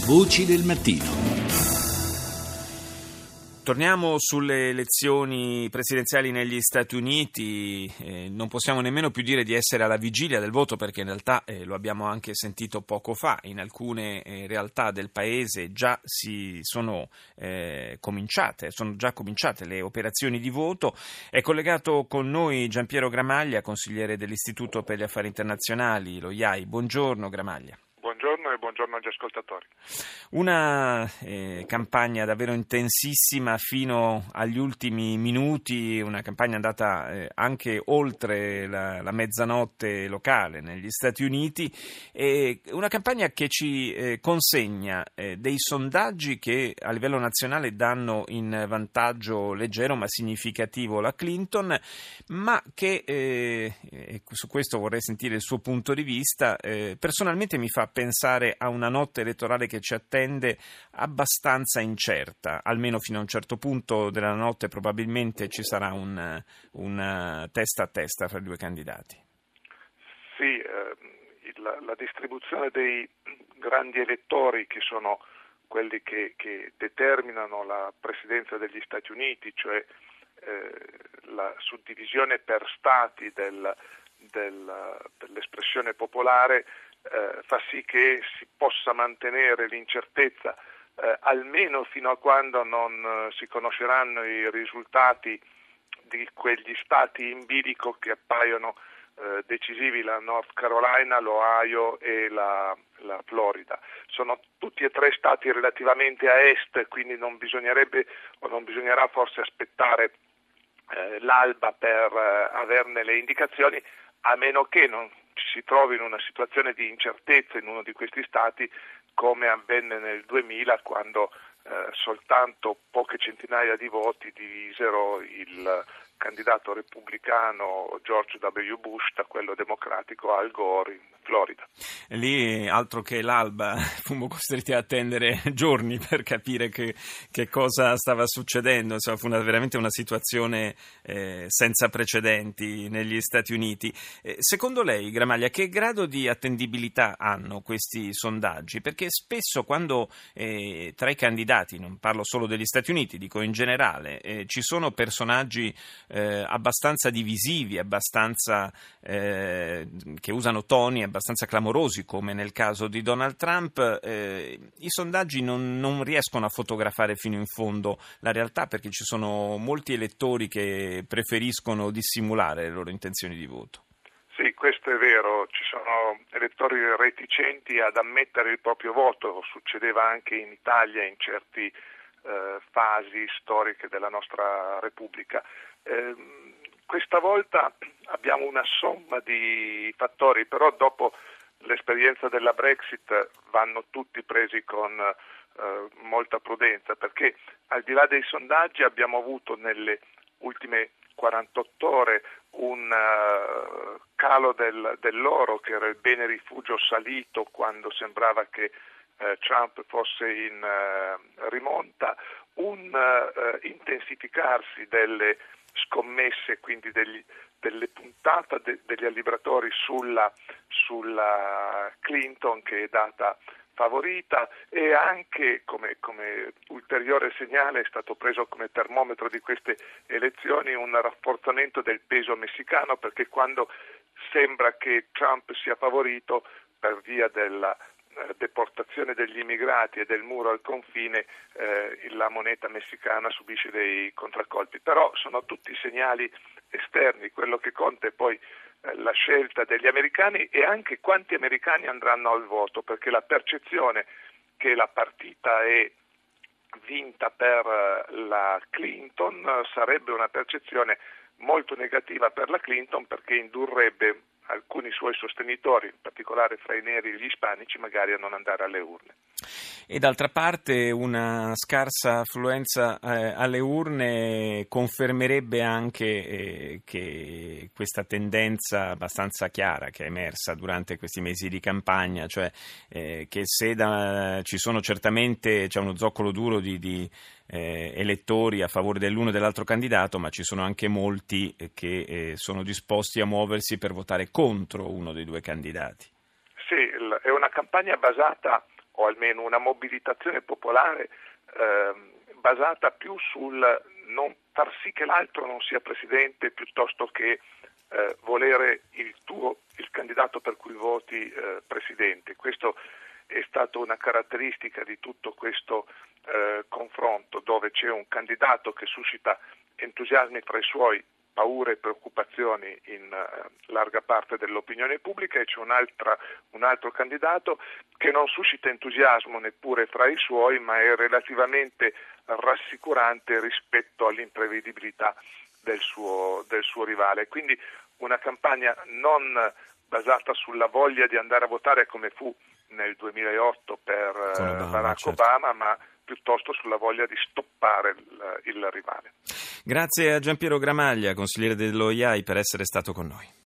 Voci del mattino. Torniamo sulle elezioni presidenziali negli Stati Uniti. Non possiamo nemmeno più dire di essere alla vigilia del voto, perché in realtà lo abbiamo anche sentito poco fa. In alcune realtà del paese già sono già cominciate le operazioni di voto. È collegato con noi Giampiero Gramaglia, consigliere dell'Istituto per gli Affari Internazionali, lo IAI. Buongiorno Gramaglia. Buongiorno e buongiorno agli ascoltatori. Una campagna davvero intensissima fino agli ultimi minuti, una campagna andata anche oltre la mezzanotte locale negli Stati Uniti, una campagna che ci consegna dei sondaggi che a livello nazionale danno in vantaggio leggero ma significativo la Clinton, ma che, su questo vorrei sentire il suo punto di vista, personalmente mi fa pensare a una notte elettorale che ci attende abbastanza incerta, almeno fino a un certo punto della notte probabilmente ci sarà un testa a testa fra i due candidati. Sì, la distribuzione dei grandi elettori, che sono quelli che determinano la presidenza degli Stati Uniti, cioè la suddivisione per stati dell'espressione popolare, fa sì che si possa mantenere l'incertezza almeno fino a quando non si conosceranno i risultati di quegli stati in bilico che appaiono decisivi, la North Carolina, l'Ohio e la Florida. Sono tutti e tre stati relativamente a est, quindi non bisognerà forse aspettare l'alba per averne le indicazioni, a meno che non ci si trovi in una situazione di incertezza in uno di questi stati, come avvenne nel 2000, quando soltanto poche centinaia di voti divisero il candidato repubblicano George W. Bush da quello democratico Al Gore in Florida. Lì, altro che l'alba, fummo costretti a attendere giorni per capire che cosa stava succedendo. Insomma, fu veramente una situazione senza precedenti negli Stati Uniti. Secondo lei, Gramaglia, che grado di attendibilità hanno questi sondaggi? Perché spesso quando tra i candidati, non parlo solo degli Stati Uniti, dico in generale, ci sono personaggi abbastanza divisivi, abbastanza che usano toni abbastanza clamorosi, come nel caso di Donald Trump, i sondaggi non riescono a fotografare fino in fondo la realtà, perché ci sono molti elettori che preferiscono dissimulare le loro intenzioni di voto. Sì, questo è vero, ci sono elettori reticenti ad ammettere il proprio voto, succedeva anche in Italia in certi fasi storiche della nostra Repubblica. Questa volta abbiamo una somma di fattori, però dopo l'esperienza della Brexit vanno tutti presi con molta prudenza, perché al di là dei sondaggi abbiamo avuto nelle ultime 48 ore un calo dell'oro, che era il bene rifugio salito quando sembrava che Trump fosse in rimonta, un intensificarsi delle scommesse, quindi delle puntate degli allibratori sulla Clinton, che è data favorita, e anche come ulteriore segnale è stato preso come termometro di queste elezioni un rafforzamento del peso messicano, perché quando sembra che Trump sia favorito per via della deportazione degli immigrati e del muro al confine, la moneta messicana subisce dei contraccolpi. Però sono tutti segnali esterni, quello che conta è poi la scelta degli americani e anche quanti americani andranno al voto, perché la percezione che la partita è vinta per la Clinton sarebbe una percezione molto negativa per la Clinton, perché indurrebbe alcuni suoi sostenitori, in particolare fra i neri e gli ispanici, magari a non andare alle urne. E d'altra parte una scarsa affluenza alle urne confermerebbe anche che questa tendenza abbastanza chiara che è emersa durante questi mesi di campagna, cioè che se ci sono certamente, c'è uno zoccolo duro di elettori a favore dell'uno e dell'altro candidato, ma ci sono anche molti che sono disposti a muoversi per votare contro uno dei due candidati. Sì, è una campagna basata o almeno una mobilitazione popolare basata più sul non far sì che l'altro non sia presidente piuttosto che volere il candidato per cui voti presidente. Questo è stata una caratteristica di tutto questo confronto, dove c'è un candidato che suscita entusiasmi fra i suoi, paure e preoccupazioni in larga parte dell'opinione pubblica, e c'è un altro candidato che non suscita entusiasmo neppure fra i suoi, ma è relativamente rassicurante rispetto all'imprevedibilità del suo rivale. Quindi una campagna non basata sulla voglia di andare a votare come fu nel 2008 per Barack Obama, ma piuttosto sulla voglia di stoppare il rivale. Grazie a Giampiero Gramaglia, consigliere dello IAI, per essere stato con noi.